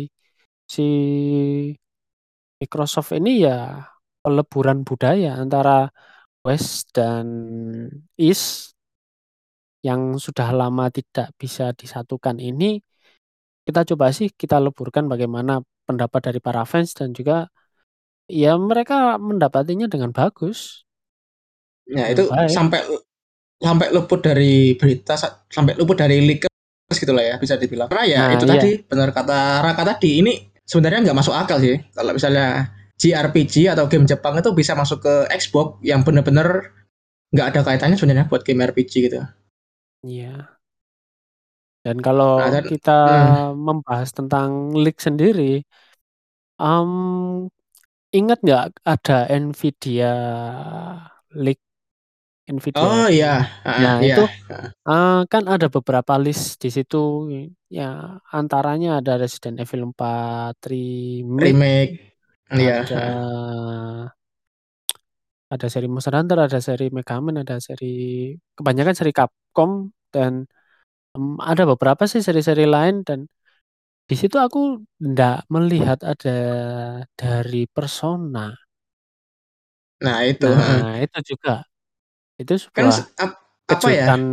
si Microsoft ini ya peleburan budaya antara West dan East yang sudah lama tidak bisa disatukan ini, kita coba sih kita leburkan bagaimana pendapat dari para fans dan juga ya mereka mendapatinya dengan bagus, Ya dengan itu baik. sampai sampai luput dari berita, sampai luput dari leakers gitu lah ya, bisa dibilang. Karena ya Nah itu iya, tadi, benar kata Raka tadi, ini sebenarnya nggak masuk akal sih kalau misalnya JRPG atau game Jepang itu bisa masuk ke Xbox yang benar-benar nggak ada kaitannya sebenarnya buat game RPG gitu. iya. Dan Nah, kalau dan kita hmm, membahas tentang leak sendiri, mmm ingat nggak ada Nvidia leak, Nvidia oh iya, nah iya, itu, kan ada beberapa list di situ, ya antaranya ada Resident Evil 4 Remake, remake, iya, ada seri Monster Hunter, ada seri Mega Man, ada seri kebanyakan seri Capcom dan, ada beberapa sih seri-seri lain dan di situ aku ndak melihat ada dari Persona. nah itu, Nah itu juga, itu kan sebuah apa ya, kejutan.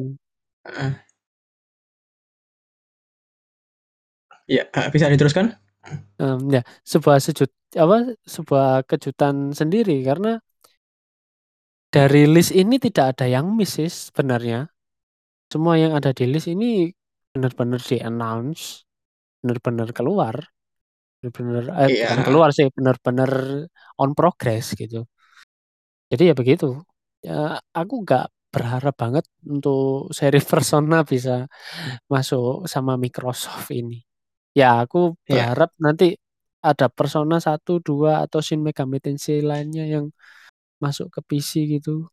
ya bisa diteruskan. Ya, sebuah kejutan sendiri karena dari list ini tidak ada yang miss sih sebenarnya. Semua yang ada di list ini benar-benar di-announce, benar-benar keluar, benar-benar bukan Iya. keluar sih, benar-benar on progress gitu. Jadi ya begitu, aku nggak berharap banget untuk seri Persona bisa masuk sama Microsoft ini. Ya aku Iya. berharap nanti ada Persona 1, 2 atau Shin Megami Tensei lainnya yang masuk ke PC gitu.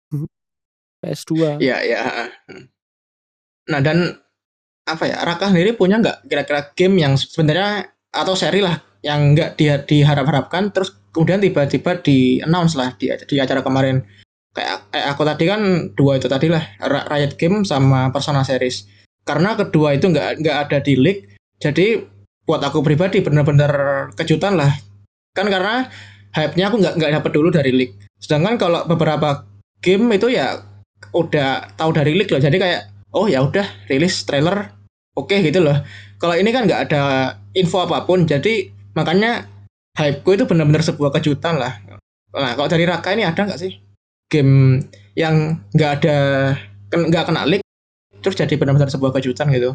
PS2. Iya, iya, heeh. Nah, dan apa ya, Raka sendiri punya nggak kira-kira game yang sebenarnya atau seri lah yang nggak diharap-harapkan terus kemudian tiba-tiba di announce lah di acara kemarin, kayak aku tadi kan dua itu tadi lah, Riot Game sama Persona Series, karena kedua itu nggak ada di leak, jadi buat aku pribadi benar-benar kejutan lah, kan karena hype-nya aku nggak dapet dulu dari leak, sedangkan kalau beberapa game itu ya udah tahu dari leak loh, jadi kayak oh ya udah rilis trailer oke gitu loh. Kalau ini kan nggak ada info apapun, jadi makanya hypeku itu benar-benar sebuah kejutan lah. Nah, kalau dari Raka ini ada nggak sih game yang nggak kena leak terus jadi benar-benar sebuah kejutan gitu?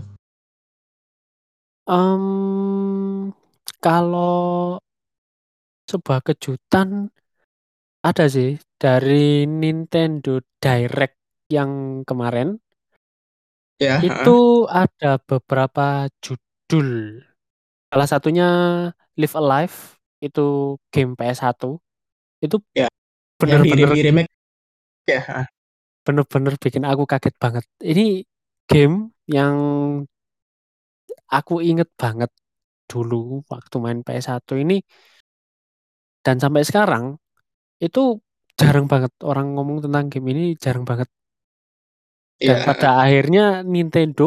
Mmm, kalau sebuah kejutan ada sih dari Nintendo Direct yang kemarin, Ya, itu ada beberapa judul. Salah satunya Live Alive, itu game PS1, itu ya, yang bener-bener di remake ya. bener-bener bikin aku kaget banget. Ini game yang aku inget banget dulu waktu main PS1 ini dan sampai sekarang itu jarang banget orang ngomong tentang game ini, jarang banget. Dan pada Iya, akhirnya Nintendo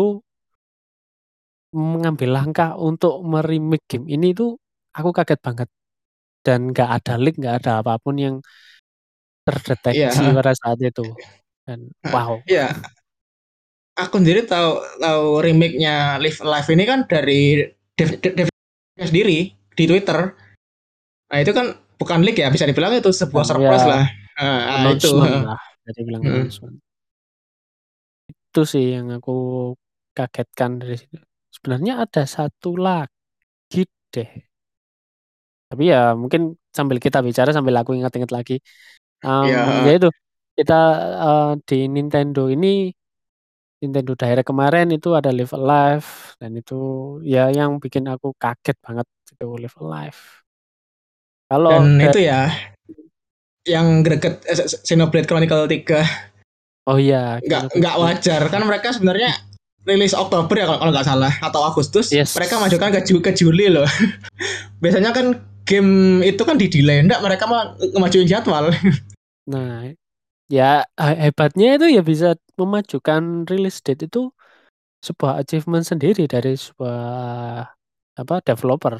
mengambil langkah untuk me-remake game ini tuh aku kaget banget dan nggak ada leak, nggak ada apapun yang terdeteksi iya, pada saat itu dan wow. iya. Aku sendiri tahu tahu remake-nya Live Alive ini kan dari dev sendiri di Twitter. Nah, itu kan bukan leak ya, bisa dibilang itu sebuah Dan ya surprise lah. Nah, itu. announcement lah, jadi bilang Hmm. announcement. Itu sih yang aku kagetkan dari situ. Sebenarnya ada satu lagi deh, tapi ya mungkin sambil kita bicara sambil aku ingat-ingat lagi. Ya Ya, itu, kita, di Nintendo ini, Nintendo Direct kemarin itu ada Live Alive dan itu ya yang bikin aku kaget banget itu Live Alive. Kalau dan itu dari ya yang greget Xenoblade Chronicle 3 oh iya, Xenoblade nggak wajar Chronicles kan, mereka sebenarnya rilis Oktober ya kalau nggak salah atau Agustus, mereka yes. majukan ke Juli loh. Biasanya kan game itu kan di delay, enggak, mereka mah ngemajuin jadwal. Nah, ya hebatnya itu ya bisa memajukan release date itu sebuah achievement sendiri dari sebuah apa, developer.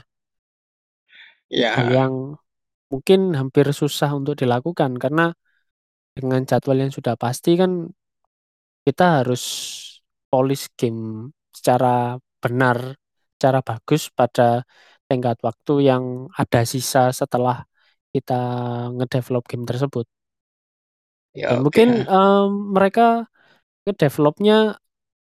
Hal Ya, yang mungkin hampir susah untuk dilakukan karena dengan jadwal yang sudah pasti kan kita harus polish game secara benar, secara bagus pada tenggat waktu yang ada sisa setelah kita ngedevelop game tersebut. Dan ya oke. mungkin, mereka ngedevelopnya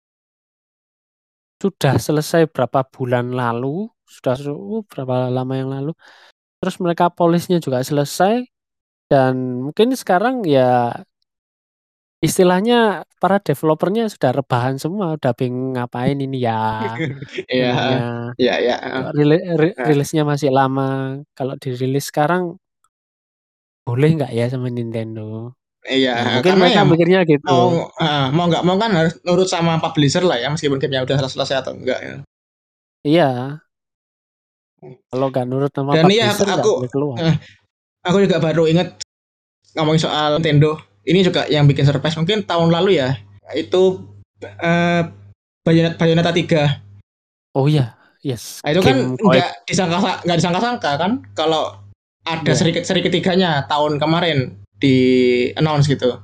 sudah selesai berapa bulan lalu, sudah berapa lama yang lalu, terus mereka polish-nya juga selesai dan mungkin sekarang ya istilahnya para developernya sudah rebahan semua, udah bingung ngapain ini ya, Iya, namanya iya, iya. kok Nah, rilisnya masih lama, kalau dirilis sekarang boleh nggak ya sama Nintendo? iya, Nah mungkin karena mereka ya mikirnya gitu. mau nggak mau kan harus nurut sama publisher lah ya, meskipun gamenya udah selesai atau enggak ya. Iya, kalau nggak nurut sama Dan iya publisher nggak boleh keluar. aku juga baru inget ngomongin soal Nintendo. Ini juga yang bikin surprise mungkin tahun lalu ya. Itu eh, Bayonetta 3. Oh iya, yes, Nah, itu kan game Koei nggak disangka-sangka kan kalau ada iya, seri ketiganya tahun kemarin di announce gitu.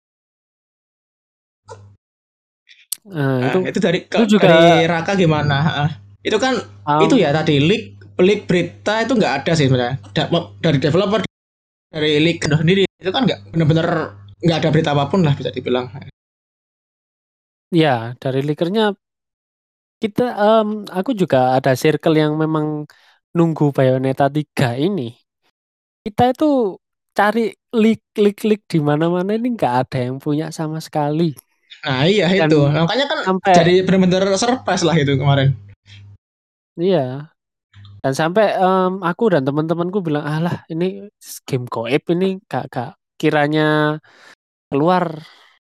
itu Itu itu juga, dari Raka gimana? Itu kan itu ya mmm, tadi leak berita itu nggak ada sih sebenarnya. Dari developer, dari leak itu sendiri itu kan nggak benar-benar nggak ada berita apapun lah bisa dibilang. iya dari leaker-nya kita, aku juga ada circle yang memang nunggu Bayonetta 3 ini. Kita itu cari leak di mana-mana ini nggak ada yang punya sama sekali Nah iya itu dan makanya kan sampai jadi benar-benar surprise lah itu kemarin. Iya, dan sampai, aku dan teman-temanku bilang, "Alah ini game goib ini gak kiranya keluar."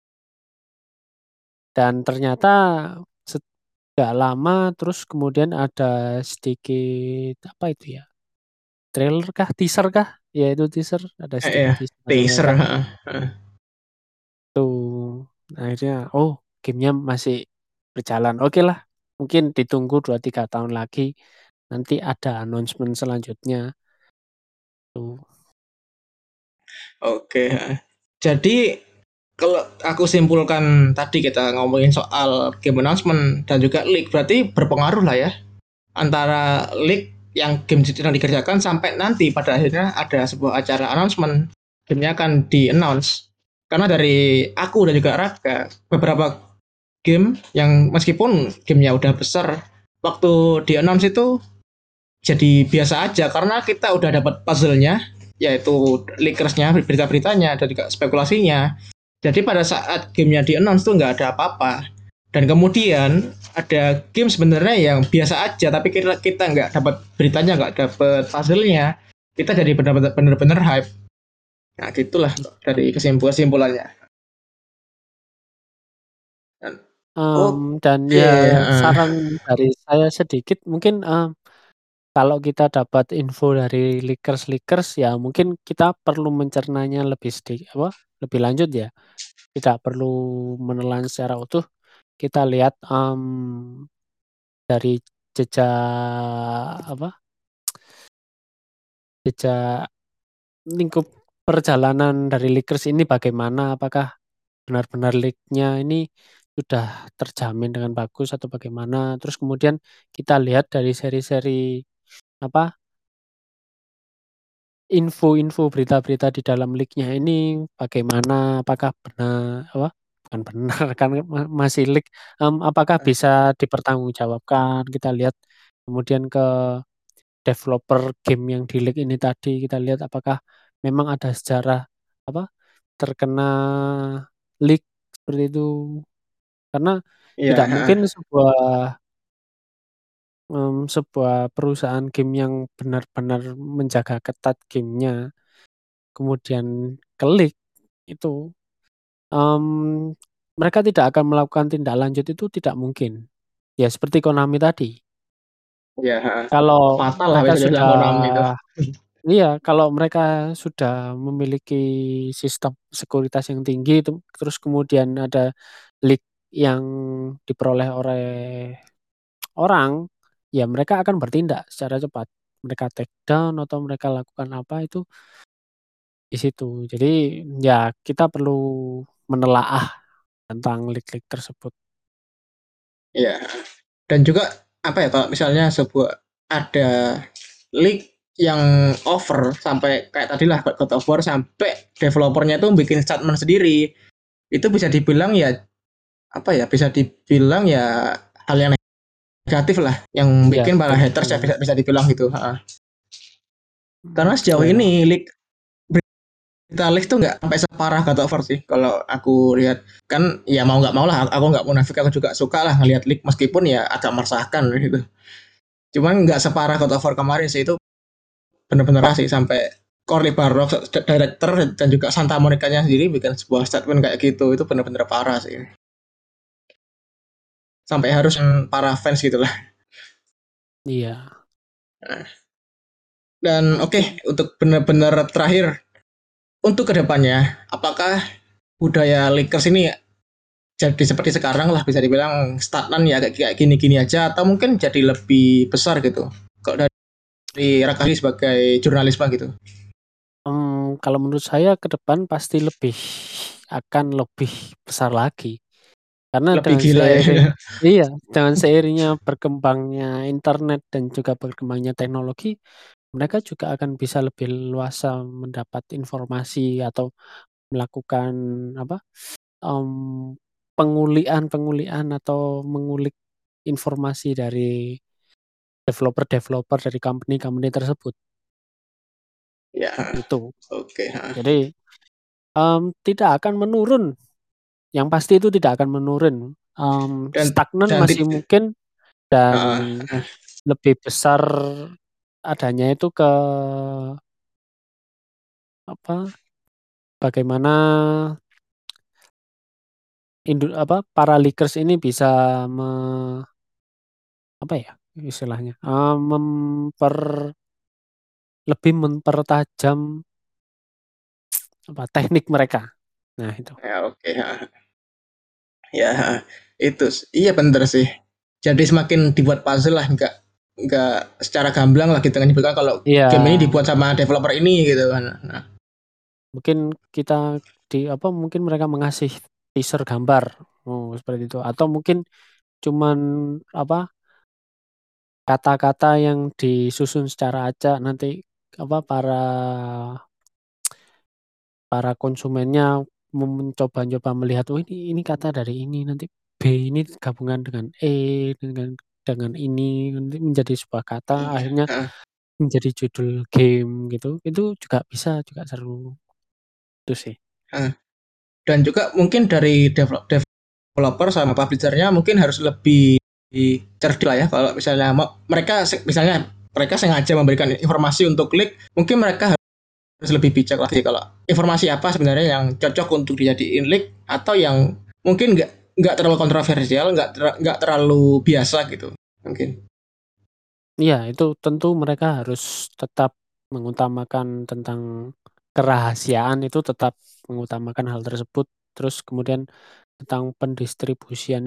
Dan ternyata gak lama terus kemudian ada sedikit, apa itu ya, trailer kah, teaser kah? Ya itu teaser, ada sedikit Ya, teaser dari teaser, mereka heeh, heeh. tuh. Akhirnya, oh game-nya masih berjalan, okelah mungkin ditunggu 2 3 tahun lagi, nanti ada announcement selanjutnya tuh. Oke, heeh. Jadi kalau aku simpulkan tadi kita ngomongin soal game announcement dan juga leak, berarti berpengaruh lah ya antara leak yang game sedang dikerjakan sampai nanti pada akhirnya ada sebuah acara announcement gamenya akan di announce. Karena dari aku dan juga Raka, beberapa game yang meskipun gamenya udah besar, waktu di announce itu jadi biasa aja karena kita udah dapat puzzle-nya, yaitu leakersnya, berita-beritanya dan juga spekulasinya. Jadi pada saat gamenya di announce tuh nggak ada apa-apa. Dan kemudian ada game sebenarnya yang biasa aja, tapi kita nggak dapat beritanya, nggak dapat puzzle-nya. Kita jadi benar-benar hype. Nah, gitulah dari kesimpulannya. Dan, Dan oke, ya uh, saran dari saya sedikit mungkin, kalau kita dapat info dari leakers-leakers ya mungkin kita perlu mencernanya lebih lanjut ya. Tidak perlu menelan secara utuh, kita lihat, dari apa, jejak lingkup perjalanan dari leakers ini bagaimana, apakah benar-benar leak-nya ini sudah terjamin dengan bagus atau bagaimana. Terus kemudian kita lihat dari seri-seri, apa, info-info, berita-berita di dalam leak-nya ini bagaimana, apakah benar apa, bukan benar kan masih leak, apakah bisa dipertanggungjawabkan. Kita lihat kemudian ke developer game yang di-leak ini tadi, kita lihat apakah memang ada sejarah, apa, terkena leak seperti itu. Karena iya, tidak mungkin sebuah perusahaan game yang benar-benar menjaga ketat game-nya, kemudian ke-leak itu, mmm, mereka tidak akan melakukan tindak lanjut itu tidak mungkin. Ya seperti Konami tadi, iya, kalau fatal lah mereka bisa dibilang sudah Konami itu. iya, kalau mereka sudah memiliki sistem sekuritas yang tinggi itu, terus kemudian ada leak yang diperoleh oleh orang, ya mereka akan bertindak secara cepat. Mereka take down atau mereka lakukan apa itu di situ. Jadi ya kita perlu menelaah tentang leak-leak tersebut. Iya. Dan juga apa ya kalau misalnya ada leak yang over sampai kayak tadi lah God of War sampai developernya tuh bikin statement sendiri. Itu bisa dibilang ya apa ya bisa dibilang ya hal yang negatif lah yang Iya bikin para betul haters ya betul. bisa bisa dibilang gitu. Karena sejauh Ya, ini leak berita leak tuh nggak sampai separah God of War sih kalau aku lihat kan ya mau nggak mau lah aku nggak munafik aku juga suka lah ngelihat leak meskipun ya agak meresahkan gitu. Cuman nggak separah God of War kemarin sih itu benar-benar sih sampai Corley Barlog director dan juga Santa Monica-nya sendiri bikin sebuah statement kayak gitu itu benar-benar parah sih sampai harus para fans gitu lah. iya. Dan oke, Oke. untuk benar-benar terakhir untuk kedepannya apakah budaya Lakers ini jadi seperti sekarang lah bisa dibilang stagnan ya kayak gini-gini aja atau mungkin jadi lebih besar gitu kok dari Rakali sebagai jurnalisme gitu Kalau menurut saya ke depan pasti akan lebih besar lagi. Karena lebih gila ya. iya, dengan seiringnya berkembangnya internet dan juga berkembangnya teknologi, mereka juga akan bisa lebih luasa mendapat informasi atau melakukan apa, pengulian atau mengulik informasi dari developer-developer dari company-company tersebut, Ya, itu. oke. Jadi, tidak akan menurun, yang pasti itu tidak akan menurun, Dan stagnan dan masih mungkin dan uh, lebih besar adanya itu ke apa, bagaimana para leakers ini bisa apa ya istilahnya, lebih mempertajam teknik mereka. Nah itu. Ya, oke. Ya, itu iya bener sih. Jadi semakin dibuat puzzle lah, nggak secara gamblang lah gitu kan. Kan kalau Iya, game ini dibuat sama developer ini gitu kan. Nah, mungkin kita mungkin mereka mengasih teaser gambar, seperti itu. Atau mungkin cuman kata-kata yang disusun secara acak nanti para para konsumennya mencoba-coba melihat, oh ini kata dari ini, nanti B ini gabungan dengan E dengan ini nanti menjadi sebuah kata, akhirnya nah, menjadi judul game gitu. Itu juga bisa, juga seru. Itu sih. nah. Dan juga mungkin dari developer sama publishernya mungkin harus lebih cerdik lah ya. Kalau misalnya misalnya mereka sengaja memberikan informasi untuk klik, mungkin mereka harus lebih bijak lagi kalau informasi apa sebenarnya yang cocok untuk dijadiin leak atau yang mungkin nggak terlalu kontroversial, nggak terlalu biasa gitu mungkin. Iya, itu tentu mereka harus tetap mengutamakan tentang kerahasiaan, itu tetap mengutamakan hal tersebut. Terus kemudian tentang pendistribusian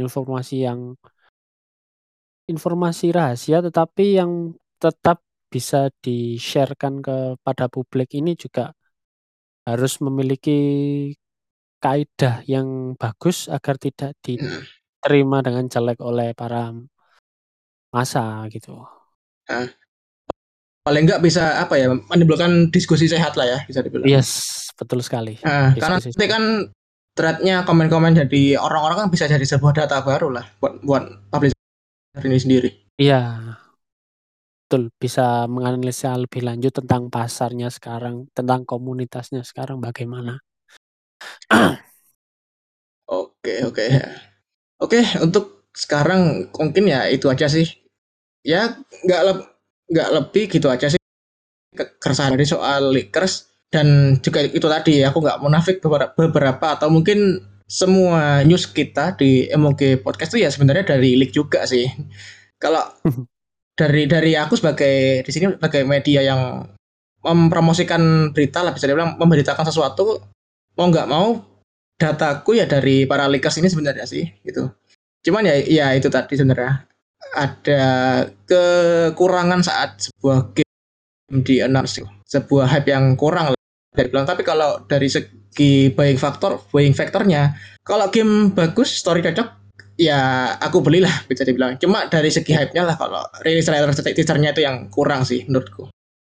informasi rahasia tetapi yang tetap bisa di-share-kan kepada publik ini juga harus memiliki kaidah yang bagus agar tidak Nah, diterima dengan jelek oleh para massa gitu. nah, paling nggak bisa apa ya menimbulkan diskusi sehat lah ya bisa dibilang. Yes, betul sekali. Nah, karena Diskusi nanti sehat. kan threadnya komen-komen jadi orang-orang kan bisa jadi sebuah data baru lah buat publisher ini sendiri. Iya, betul. Bisa menganalisa lebih lanjut tentang pasarnya sekarang, tentang komunitasnya sekarang bagaimana. Oke, oke ya. Oke, untuk sekarang mungkin ya itu aja sih. Ya nggak lebih gitu aja sih keresahan dari soal leakers dan juga itu tadi aku nggak munafik beberapa atau mungkin semua news kita di MOG podcast itu ya sebenarnya dari leak juga sih. Kalau dari aku sebagai di sini sebagai media yang mempromosikan berita lah bisa dibilang memberitakan sesuatu mau nggak mau dataku ya dari para leakers ini sebenarnya sih gitu. Cuman ya itu tadi sebenarnya ada kekurangan saat sebuah game di announce sebuah hype yang kurang lah dari bilang. Tapi kalau dari segi buying faktornya kalau game bagus story cocok ya aku belilah bisa dibilang. Cuma dari segi hype-nya lah kalau rilis trailer teasernya itu yang kurang sih menurutku.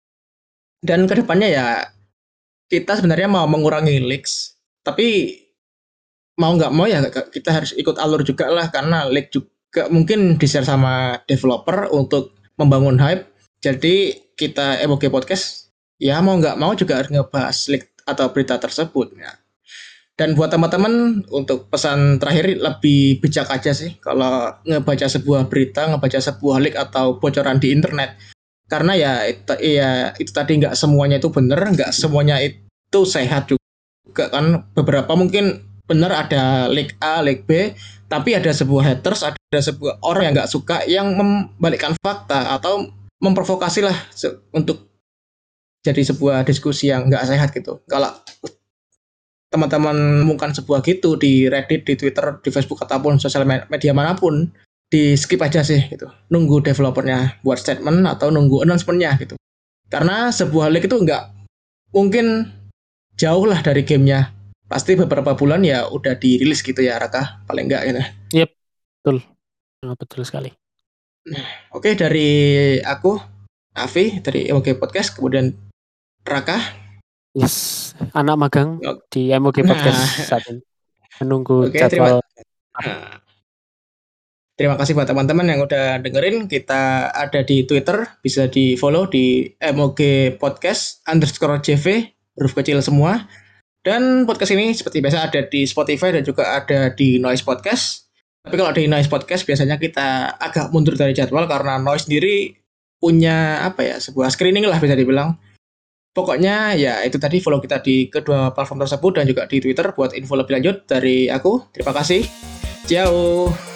Dan kedepannya ya kita sebenarnya mau mengurangi leaks tapi mau nggak mau ya kita harus ikut alur juga lah karena leak juga mungkin di-share sama developer untuk membangun hype. Jadi kita MOG Podcast ya mau nggak mau juga harus ngebahas leak atau berita tersebut ya. Dan buat teman-teman untuk pesan terakhir lebih bijak aja sih kalau ngebaca sebuah berita, ngebaca sebuah leak atau bocoran di internet. Karena ya itu tadi nggak semuanya itu benar, nggak semuanya itu sehat juga kan beberapa mungkin benar ada leak A, leak B, tapi ada sebuah haters, ada sebuah orang yang nggak suka yang membalikkan fakta atau memprovokasi lah untuk jadi sebuah diskusi yang nggak sehat gitu. Kalau teman-teman menemukan sebuah gitu di Reddit, di Twitter, di Facebook ataupun sosial media manapun, di skip aja sih gitu. Nunggu developernya buat statement atau nunggu announcementnya gitu. Karena sebuah leak itu nggak mungkin jauh lah dari gamenya. Pasti beberapa bulan ya udah dirilis gitu ya Raka, paling enggak gitu. Yep, betul. Betul sekali. Oke, dari aku Avi dari MOG Podcast, kemudian Raka. Yes, anak magang di MOG Podcast Nah, saat ini menunggu oke jadwal. terima kasih buat teman-teman yang udah dengerin. Kita ada di Twitter, bisa di follow di MOG Podcast _JV, huruf kecil semua. Dan podcast ini seperti biasa ada di Spotify dan juga ada di Noise Podcast. Tapi kalau di Noise Podcast biasanya kita agak mundur dari jadwal karena Noise sendiri punya apa ya, sebuah screening lah bisa dibilang. Pokoknya ya itu tadi, follow kita di kedua platform tersebut dan juga di Twitter buat info lebih lanjut dari aku. Terima kasih. Ciao.